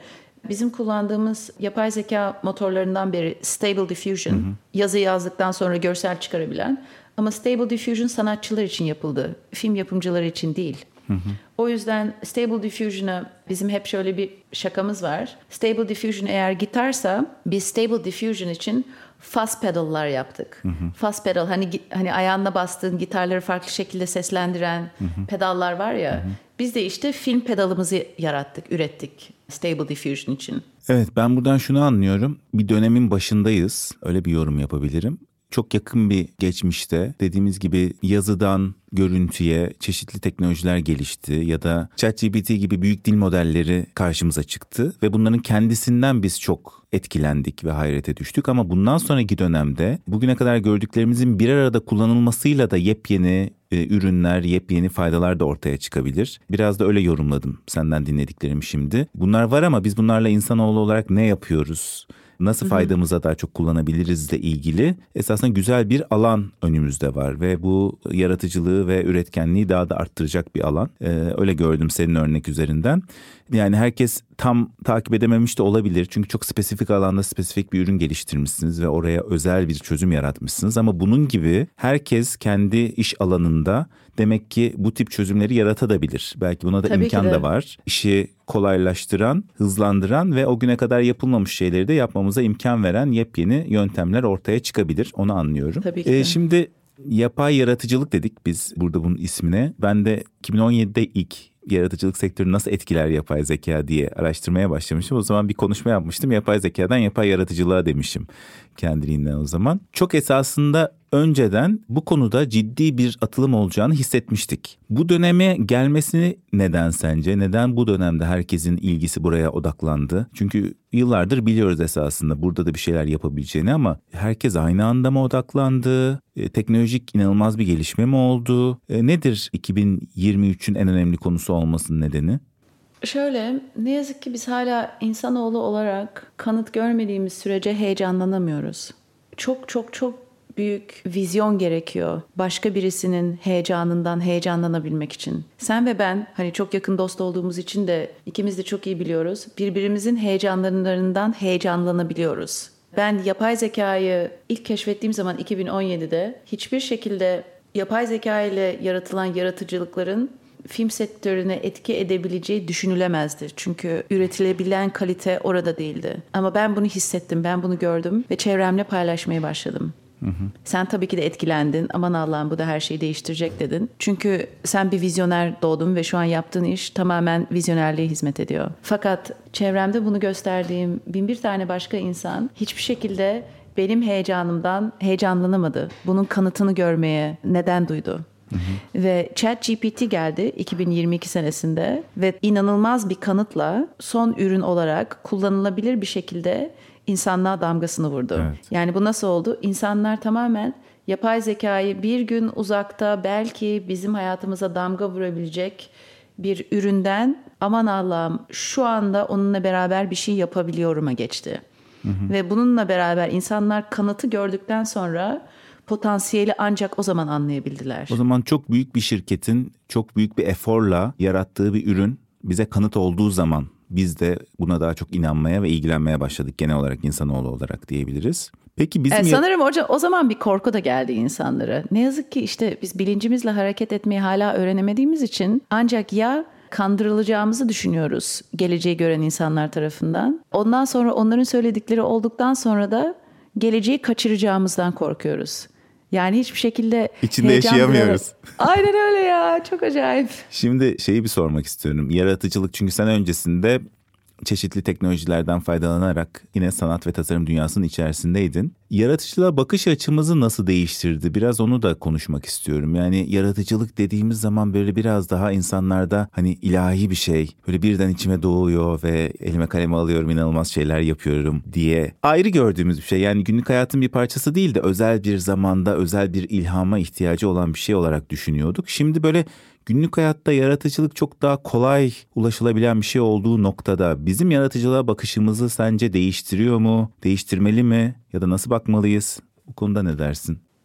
bizim kullandığımız yapay zeka motorlarından biri Stable Diffusion. Hı hı. Yazı yazdıktan sonra görsel çıkarabilen. Ama Stable Diffusion sanatçılar için yapıldı. Film yapımcıları için değil. Hı hı. O yüzden Stable Diffusion'a bizim hep şöyle bir şakamız var. Stable Diffusion eğer gitarsa biz Stable Diffusion için fuzz pedal'lar yaptık. Hı hı. Fuzz pedal hani hani ayağına bastığın gitarları farklı şekilde seslendiren hı hı. pedallar var ya. Hı hı. Biz de işte film pedalımızı yarattık, ürettik Stable Diffusion için. Evet, ben buradan şunu anlıyorum. Bir dönemin başındayız. Öyle bir yorum yapabilirim. Çok yakın bir geçmişte dediğimiz gibi yazıdan görüntüye çeşitli teknolojiler gelişti ya da ChatGPT gibi büyük dil modelleri karşımıza çıktı ve bunların kendisinden biz çok etkilendik ve hayrete düştük. Ama bundan sonraki dönemde bugüne kadar gördüklerimizin bir arada kullanılmasıyla da yepyeni e, ürünler, yepyeni faydalar da ortaya çıkabilir. Biraz da öyle yorumladım senden dinlediklerimi şimdi. Bunlar var ama biz bunlarla insanoğlu olarak ne yapıyoruz? Nasıl faydamıza daha çok kullanabilirizle ilgili esasında güzel bir alan önümüzde var ve bu yaratıcılığı ve üretkenliği daha da arttıracak bir alan. Ee, öyle gördüm senin örnek üzerinden. Yani herkes tam takip edememiş de olabilir. Çünkü çok spesifik alanda spesifik bir ürün geliştirmişsiniz ve oraya özel bir çözüm yaratmışsınız. Ama bunun gibi herkes kendi iş alanında demek ki bu tip çözümleri yaratabilir. Belki buna da Tabii imkan da var. İşi kolaylaştıran, hızlandıran ve o güne kadar yapılmamış şeyleri de yapmamıza imkan veren yepyeni yöntemler ortaya çıkabilir. Onu anlıyorum. Tabii ki de. Ee, şimdi yapay yaratıcılık dedik biz burada bunun ismine. Ben de iki bin on yedide ilk yaratıcılık sektörü nasıl etkiler yapay zeka diye araştırmaya başlamıştım. O zaman bir konuşma yapmıştım. Yapay zekadan yapay yaratıcılığa demişim kendiliğinden o zaman. Çok esasında önceden bu konuda ciddi bir atılım olacağını hissetmiştik. Bu döneme gelmesini neden sence? Neden bu dönemde herkesin ilgisi buraya odaklandı? Çünkü yıllardır biliyoruz esasında burada da bir şeyler yapabileceğini ama herkes aynı anda mı odaklandı? E, teknolojik inanılmaz bir gelişme mi oldu? E, nedir iki bin yirmi üçün en önemli konusu olmasının nedeni? Şöyle, ne yazık ki biz hala insanoğlu olarak kanıt görmediğimiz sürece heyecanlanamıyoruz. Çok çok çok büyük vizyon gerekiyor başka birisinin heyecanından heyecanlanabilmek için. Sen ve ben hani çok yakın dost olduğumuz için de ikimiz de çok iyi biliyoruz. Birbirimizin heyecanlarından heyecanlanabiliyoruz. Ben yapay zekayı ilk keşfettiğim zaman iki bin on yedide hiçbir şekilde yapay zeka ile yaratılan yaratıcılıkların film sektörüne etki edebileceği düşünülemezdi. Çünkü üretilebilen kalite orada değildi. Ama ben bunu hissettim, ben bunu gördüm ve çevremle paylaşmaya başladım. Hı hı. Sen tabii ki de etkilendin. Aman Allah'ım bu da her şeyi değiştirecek dedin. Çünkü sen bir vizyoner doğdun ve şu an yaptığın iş tamamen vizyonerliğe hizmet ediyor. Fakat çevremde bunu gösterdiğim bin bir tane başka insan hiçbir şekilde benim heyecanımdan heyecanlanamadı. Bunun kanıtını görmeye neden duydu. Hı hı. Ve ChatGPT geldi iki bin yirmi iki senesinde ve inanılmaz bir kanıtla son ürün olarak kullanılabilir bir şekilde insanlığa damgasını vurdu. Evet. Yani bu nasıl oldu? İnsanlar tamamen yapay zekayı bir gün uzakta belki bizim hayatımıza damga vurabilecek bir üründen aman Allah'ım şu anda onunla beraber bir şey yapabiliyorum'a geçti. Hı hı. Ve bununla beraber insanlar kanıtı gördükten sonra potansiyeli ancak o zaman anlayabildiler. O zaman çok büyük bir şirketin çok büyük bir eforla yarattığı bir ürün bize kanıt olduğu zaman biz de buna daha çok inanmaya ve ilgilenmeye başladık genel olarak insanoğlu olarak diyebiliriz. Peki bizim... Evet, sanırım o, o zaman bir korku da geldi insanlara. Ne yazık ki işte biz bilincimizle hareket etmeyi hala öğrenemediğimiz için ancak ya kandırılacağımızı düşünüyoruz geleceği gören insanlar tarafından. Ondan sonra onların söyledikleri olduktan sonra da geleceği kaçıracağımızdan korkuyoruz. Yani hiçbir şekilde İçinde yaşayamıyoruz. Aynen öyle ya, çok acayip. Şimdi şeyi bir sormak istiyorum. Yaratıcılık, çünkü sen öncesinde çeşitli teknolojilerden faydalanarak yine sanat ve tasarım dünyasının içerisindeydin. Yaratıcılığa bakış açımızı nasıl değiştirdi? Biraz onu da konuşmak istiyorum. Yani yaratıcılık dediğimiz zaman böyle biraz daha insanlarda hani ilahi bir şey, böyle birden içime doğuyor ve elime kalemi alıyorum, inanılmaz şeyler yapıyorum diye ayrı gördüğümüz bir şey. Yani günlük hayatın bir parçası değil de özel bir zamanda özel bir ilhama ihtiyacı olan bir şey olarak düşünüyorduk. Şimdi böyle günlük hayatta yaratıcılık çok daha kolay ulaşılabilen bir şey olduğu noktada bizim yaratıcılığa bakışımızı sence değiştiriyor mu? Değiştirmeli mi? Ya da nasıl bakmalıyız? Bu konuda ne dersin?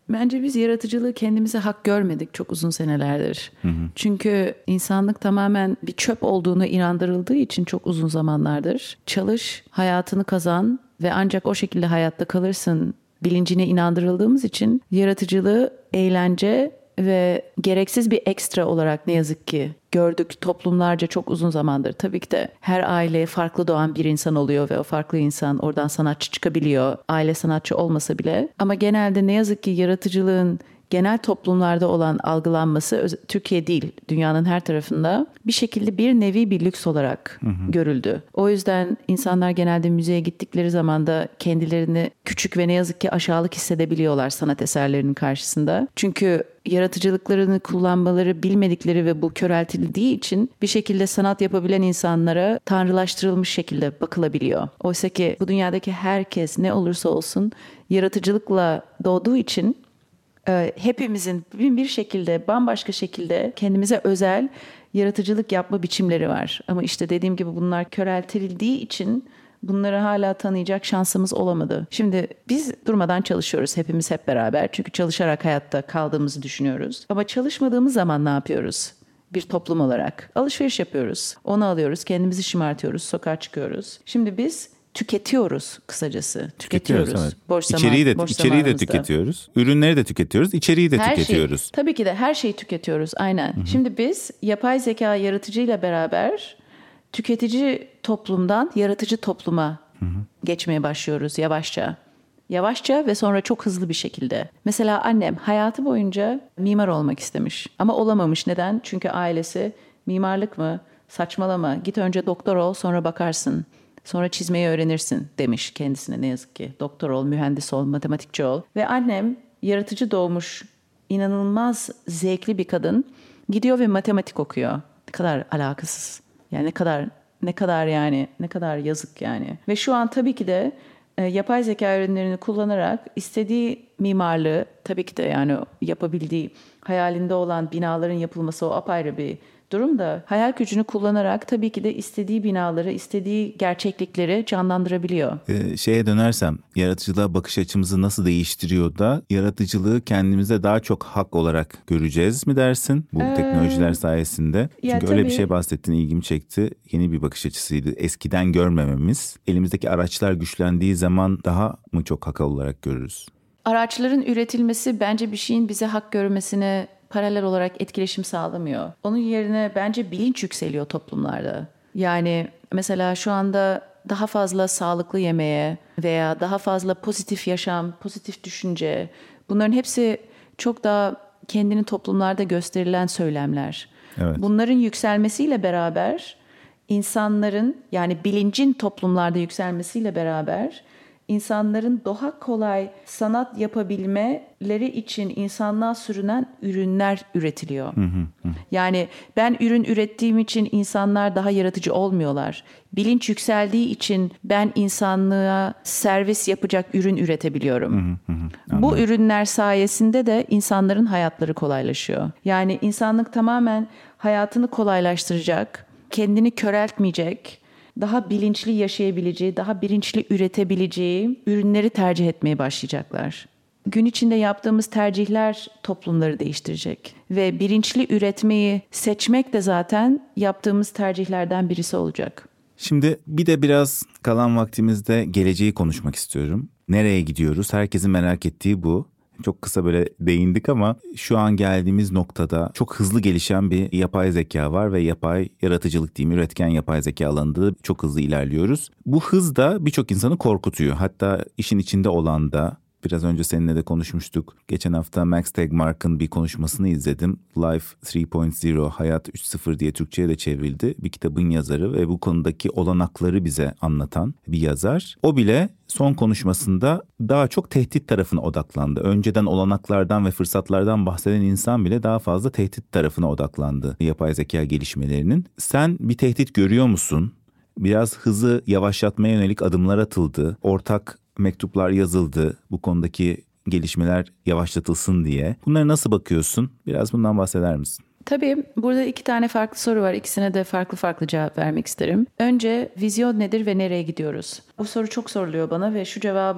Bence biz yaratıcılığı kendimize hak görmedik çok uzun senelerdir. Hı hı. Çünkü insanlık tamamen bir çöp olduğunu inandırıldığı için çok uzun zamanlardır. Çalış, hayatını kazan ve ancak o şekilde hayatta kalırsın bilincine inandırıldığımız için yaratıcılığı eğlence ve gereksiz bir ekstra olarak ne yazık ki gördük toplumlarca çok uzun zamandır. Tabii ki de her aile farklı doğan bir insan oluyor ve o farklı insan oradan sanatçı çıkabiliyor. Aile sanatçı olmasa bile. Ama genelde ne yazık ki yaratıcılığın genel toplumlarda olan algılanması Türkiye değil, dünyanın her tarafında bir şekilde bir nevi bir lüks olarak hı hı. görüldü. O yüzden insanlar genelde müzeye gittikleri zaman da kendilerini küçük ve ne yazık ki aşağılık hissedebiliyorlar sanat eserlerinin karşısında. Çünkü yaratıcılıklarını kullanmaları bilmedikleri ve bu köreltildiği için bir şekilde sanat yapabilen insanlara tanrılaştırılmış şekilde bakılabiliyor. Oysa ki bu dünyadaki herkes ne olursa olsun yaratıcılıkla doğduğu için hepimizin bir şekilde bambaşka şekilde kendimize özel yaratıcılık yapma biçimleri var. Ama işte dediğim gibi bunlar köreltildiği için bunları hala tanıyacak şansımız olamadı. Şimdi biz durmadan çalışıyoruz hepimiz hep beraber. Çünkü çalışarak hayatta kaldığımızı düşünüyoruz. Ama çalışmadığımız zaman ne yapıyoruz? Bir toplum olarak alışveriş yapıyoruz. Onu alıyoruz, kendimizi şımartıyoruz, sokağa çıkıyoruz. Şimdi biz tüketiyoruz kısacası. Tüketiyoruz. Tüketiyoruz evet. Boş zaman, içeriği de, boş içeriği de tüketiyoruz. Ürünleri de tüketiyoruz. İçeriği de her tüketiyoruz. Şey, tabii ki de her şeyi tüketiyoruz. Aynen. Hı-hı. Şimdi biz yapay zeka yaratıcıyla beraber tüketici toplumdan yaratıcı topluma Hı-hı. geçmeye başlıyoruz yavaşça. Yavaşça ve sonra çok hızlı bir şekilde. Mesela annem hayatı boyunca mimar olmak istemiş. Ama olamamış. Neden? Çünkü ailesi mimarlık mı? Saçmalama. Git önce doktor ol sonra bakarsın. Sonra çizmeyi öğrenirsin demiş kendisine ne yazık ki. Doktor ol, mühendis ol, matematikçi ol. Ve annem yaratıcı doğmuş, inanılmaz zevkli bir kadın. Gidiyor ve matematik okuyor. Ne kadar alakasız. Yani ne kadar ne kadar yani ne kadar yazık yani. Ve şu an tabii ki de e, yapay zeka ürünlerini kullanarak istediği mimarlığı tabii ki de yani yapabildiği hayalinde olan binaların yapılması o apayrı bir durum da hayal gücünü kullanarak tabii ki de istediği binaları, istediği gerçeklikleri canlandırabiliyor. Ee, şeye dönersem, yaratıcılığa bakış açımızı nasıl değiştiriyor da yaratıcılığı kendimize daha çok hak olarak göreceğiz mi dersin bu ee, teknolojiler sayesinde? Çünkü öyle tabii bir şey bahsettin, ilgimi çekti. Yeni bir bakış açısıydı. Eskiden görmememiz. Elimizdeki araçlar güçlendiği zaman daha mı çok hak olarak görürüz? Araçların üretilmesi bence bir şeyin bize hak görmesine paralel olarak etkileşim sağlamıyor. Onun yerine bence bilinç yükseliyor toplumlarda. Yani mesela şu anda daha fazla sağlıklı yemeye veya daha fazla pozitif yaşam, pozitif düşünce, bunların hepsi çok daha kendini toplumlarda gösterilen söylemler. Evet. Bunların yükselmesiyle beraber insanların yani bilincin toplumlarda yükselmesiyle beraber İnsanların daha kolay sanat yapabilmeleri için insanlığa sürünen ürünler üretiliyor. Hı hı hı. Yani ben ürün ürettiğim için insanlar daha yaratıcı olmuyorlar. Bilinç yükseldiği için ben insanlığa servis yapacak ürün üretebiliyorum. Hı hı hı. Bu ürünler sayesinde de insanların hayatları kolaylaşıyor. Yani insanlık tamamen hayatını kolaylaştıracak, kendini köreltmeyecek, daha bilinçli yaşayabileceği, daha bilinçli üretebileceği ürünleri tercih etmeye başlayacaklar. Gün içinde yaptığımız tercihler toplumları değiştirecek. Ve bilinçli üretmeyi seçmek de zaten yaptığımız tercihlerden birisi olacak. Şimdi bir de biraz kalan vaktimizde geleceği konuşmak istiyorum. Nereye gidiyoruz? Herkesin merak ettiği bu. Çok kısa böyle değindik ama şu an geldiğimiz noktada çok hızlı gelişen bir yapay zeka var ve yapay yaratıcılık diyeyim, üretken yapay zeka alanında çok hızlı ilerliyoruz. Bu hız da birçok insanı korkutuyor. Hatta işin içinde olan da, biraz önce seninle de konuşmuştuk. Geçen hafta Max Tegmark'ın bir konuşmasını izledim. Life üç nokta sıfır, Hayat üç nokta sıfır diye Türkçe'ye de çevrildi. Bir kitabın yazarı ve bu konudaki olanakları bize anlatan bir yazar. O bile son konuşmasında daha çok tehdit tarafına odaklandı. Önceden olanaklardan ve fırsatlardan bahseden insan bile daha fazla tehdit tarafına odaklandı yapay zeka gelişmelerinin. Sen bir tehdit görüyor musun? Biraz hızı yavaşlatmaya yönelik adımlar atıldı. Ortak mektuplar yazıldı bu konudaki gelişmeler yavaşlatılsın diye. Bunlara nasıl bakıyorsun? Biraz bundan bahseder misin? Tabii burada iki tane farklı soru var. İkisine de farklı farklı cevap vermek isterim. Önce vizyon nedir ve nereye gidiyoruz? Bu soru çok soruluyor bana ve şu cevabı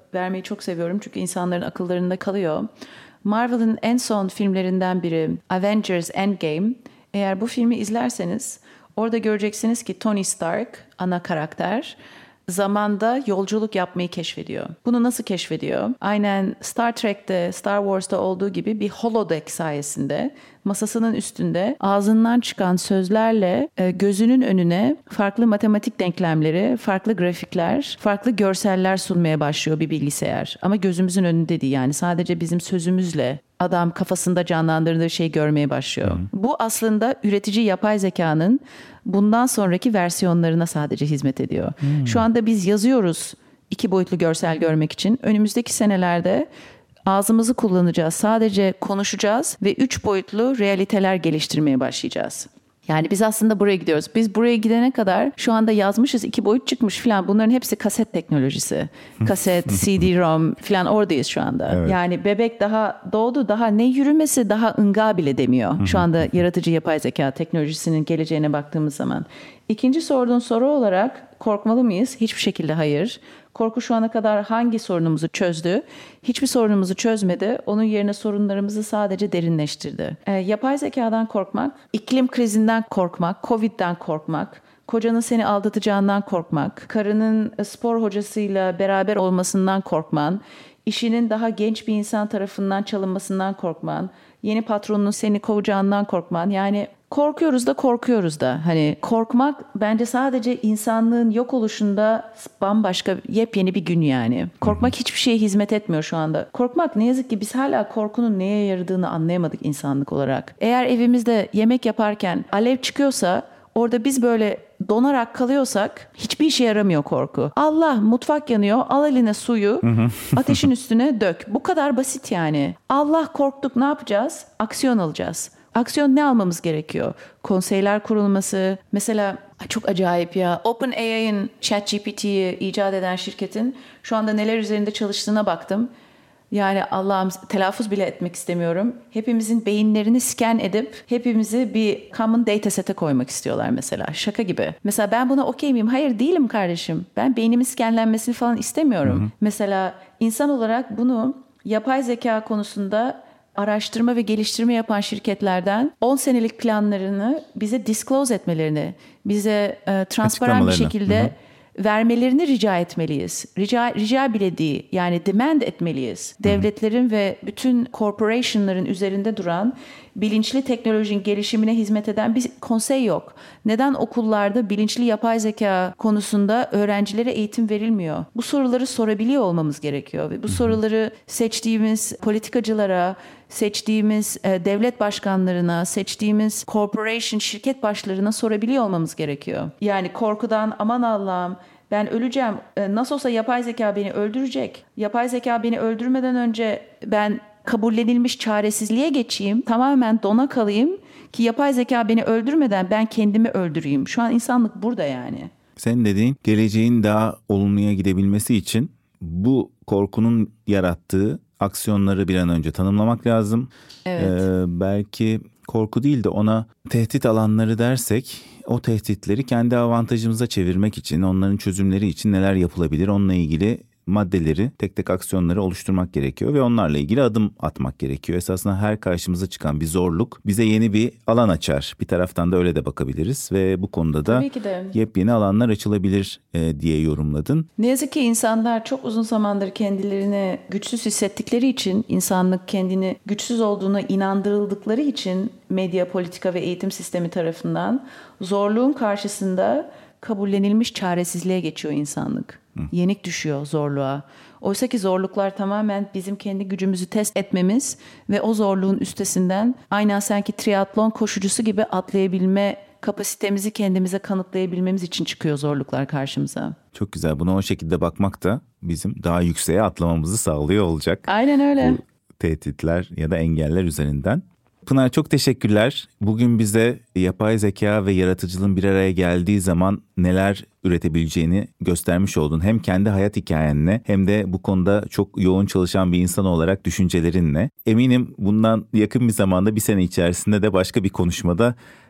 vermeyi çok seviyorum çünkü insanların akıllarında kalıyor. Marvel'ın en son filmlerinden biri Avengers Endgame. Eğer bu filmi izlerseniz orada göreceksiniz ki Tony Stark, ana karakter, zamanda yolculuk yapmayı keşfediyor. Bunu nasıl keşfediyor? Aynen Star Trek'te, Star Wars'ta olduğu gibi bir holodeck sayesinde masasının üstünde ağzından çıkan sözlerle gözünün önüne farklı matematik denklemleri, farklı grafikler, farklı görseller sunmaya başlıyor bir bilgisayar. Ama gözümüzün önünde değil, yani sadece bizim sözümüzle adam kafasında canlandırdığı şeyi görmeye başlıyor. Hı. Bu aslında üretici yapay zekanın bundan sonraki versiyonlarına sadece hizmet ediyor. Hmm. Şu anda biz yazıyoruz iki boyutlu görsel görmek için. Önümüzdeki senelerde ağzımızı kullanacağız, sadece konuşacağız ve üç boyutlu realiteler geliştirmeye başlayacağız. Yani biz aslında buraya gidiyoruz. Biz buraya gidene kadar şu anda yazmışız, iki boyut çıkmış falan. Bunların hepsi kaset teknolojisi. Kaset, C D-ROM falan, oradayız şu anda. Evet. Yani bebek daha doğdu, daha ne yürümesi, daha ınga bile demiyor. Şu anda yaratıcı yapay zeka teknolojisinin geleceğine baktığımız zaman. İkinci sorduğun soru olarak korkmalı mıyız? Hiçbir şekilde hayır. Korku şu ana kadar hangi sorunumuzu çözdü? Hiçbir sorunumuzu çözmedi. Onun yerine sorunlarımızı sadece derinleştirdi. E, yapay zekadan korkmak, iklim krizinden korkmak, Covid'den korkmak, kocanın seni aldatacağından korkmak, karının spor hocasıyla beraber olmasından korkman, işinin daha genç bir insan tarafından çalınmasından korkman, yeni patronunun seni kovacağından korkman. Yani korkuyoruz da korkuyoruz da. Hani korkmak bence sadece insanlığın yok oluşunda bambaşka yepyeni bir gün yani. Korkmak hiçbir şeye hizmet etmiyor şu anda. Korkmak, ne yazık ki biz hala korkunun neye yaradığını anlayamadık insanlık olarak. Eğer evimizde yemek yaparken alev çıkıyorsa, orada biz böyle donarak kalıyorsak hiçbir işe yaramıyor korku. Allah, mutfak yanıyor, al eline suyu, ateşin üstüne dök. Bu kadar basit yani. Allah, korktuk, ne yapacağız? Aksiyon alacağız. Aksiyon ne almamız gerekiyor? Konseyler kurulması. Mesela çok acayip ya. OpenAI'nin ChatGPT'yi icat eden şirketin şu anda neler üzerinde çalıştığına baktım. Yani Allah'ım, telaffuz bile etmek istemiyorum. Hepimizin beyinlerini scan edip hepimizi bir common data set'e koymak istiyorlar mesela. Şaka gibi. Mesela ben buna okey miyim? Hayır, değilim kardeşim. Ben beynimin scanlenmesini falan istemiyorum. Hı hı. Mesela insan olarak bunu yapay zeka konusunda araştırma ve geliştirme yapan şirketlerden on senelik planlarını bize disclose etmelerini, bize e, transparan bir şekilde... Hı hı. vermelerini rica etmeliyiz. Rica, rica bile değil. Yani demand etmeliyiz. Devletlerin ve bütün corporation'ların üzerinde duran, bilinçli teknolojinin gelişimine hizmet eden bir konsey yok. Neden okullarda bilinçli yapay zeka konusunda öğrencilere eğitim verilmiyor? Bu soruları sorabiliyor olmamız gerekiyor ve bu soruları seçtiğimiz politikacılara, seçtiğimiz e, devlet başkanlarına, seçtiğimiz corporation şirket başlarına sorabiliyor olmamız gerekiyor. Yani korkudan aman Allah'ım ben öleceğim, e, nasıl olsa yapay zeka beni öldürecek. Yapay zeka beni öldürmeden önce ben kabullenilmiş çaresizliğe geçeyim, tamamen dona kalayım ki yapay zeka beni öldürmeden ben kendimi öldüreyim. Şu an insanlık burada yani. Senin dediğin, geleceğin daha olumluya gidebilmesi için bu korkunun yarattığı aksiyonları bir an önce tanımlamak lazım. Evet. Ee, belki korku değil de ona tehdit alanları dersek, o tehditleri kendi avantajımıza çevirmek için, onların çözümleri için neler yapılabilir, onunla ilgili maddeleri, tek tek aksiyonları oluşturmak gerekiyor ve onlarla ilgili adım atmak gerekiyor. Esasında her karşımıza çıkan bir zorluk bize yeni bir alan açar. Bir taraftan da öyle de bakabiliriz ve bu konuda da yepyeni alanlar açılabilir e, diye yorumladın. Ne yazık ki insanlar çok uzun zamandır kendilerini güçsüz hissettikleri için, insanlık kendini güçsüz olduğuna inandırıldıkları için medya, politika ve eğitim sistemi tarafından zorluğun karşısında kabullenilmiş çaresizliğe geçiyor insanlık. Hı. Yenik düşüyor zorluğa. Oysa ki zorluklar tamamen bizim kendi gücümüzü test etmemiz ve o zorluğun üstesinden aynen sanki triatlon koşucusu gibi atlayabilme kapasitemizi kendimize kanıtlayabilmemiz için çıkıyor zorluklar karşımıza. Çok güzel. Buna o şekilde bakmak da bizim daha yükseğe atlamamızı sağlıyor olacak. Aynen öyle. Bu tehditler ya da engeller üzerinden. Pınar, çok teşekkürler. Bugün bize yapay zeka ve yaratıcılığın bir araya geldiği zaman neler üretebileceğini göstermiş oldun. Hem kendi hayat hikayenle hem de bu konuda çok yoğun çalışan bir insan olarak düşüncelerinle. Eminim bundan yakın bir zamanda, bir sene içerisinde de başka bir konuşmada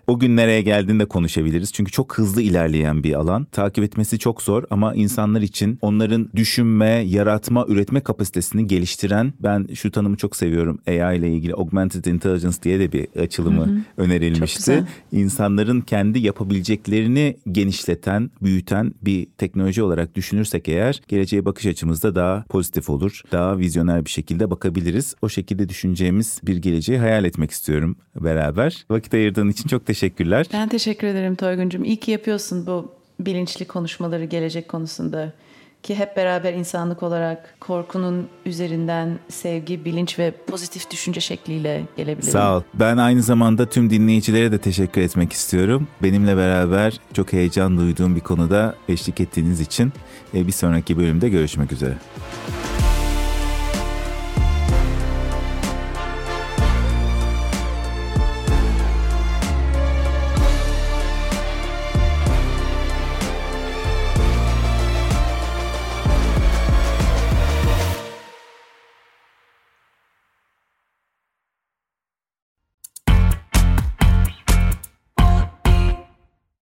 o gün nereye geldiğinde konuşabiliriz. Çünkü çok hızlı ilerleyen bir alan. Takip etmesi çok zor ama insanlar için onların düşünme, yaratma, üretme kapasitesini geliştiren, ben şu tanımı çok seviyorum. A I ile ilgili Augmented Intelligence diye de bir açılımı hı hı. önerilmişti. İnsanların kendi yapabileceklerini genişleten, büyüten bir teknoloji olarak düşünürsek eğer geleceğe bakış açımızda daha pozitif olur. Daha vizyoner bir şekilde bakabiliriz. O şekilde düşüneceğimiz bir geleceği hayal etmek istiyorum beraber. Vakit ayırdığın için çok teşekkürler. Ben teşekkür ederim Toyguncuğum. İyi ki yapıyorsun bu bilinçli konuşmaları gelecek konusunda. Ki hep beraber insanlık olarak korkunun üzerinden sevgi, bilinç ve pozitif düşünce şekliyle gelebilelim. Sağ ol. Ben aynı zamanda tüm dinleyicilere de teşekkür etmek istiyorum. Benimle beraber çok heyecan duyduğum bir konuda eşlik ettiğiniz için bir sonraki bölümde görüşmek üzere.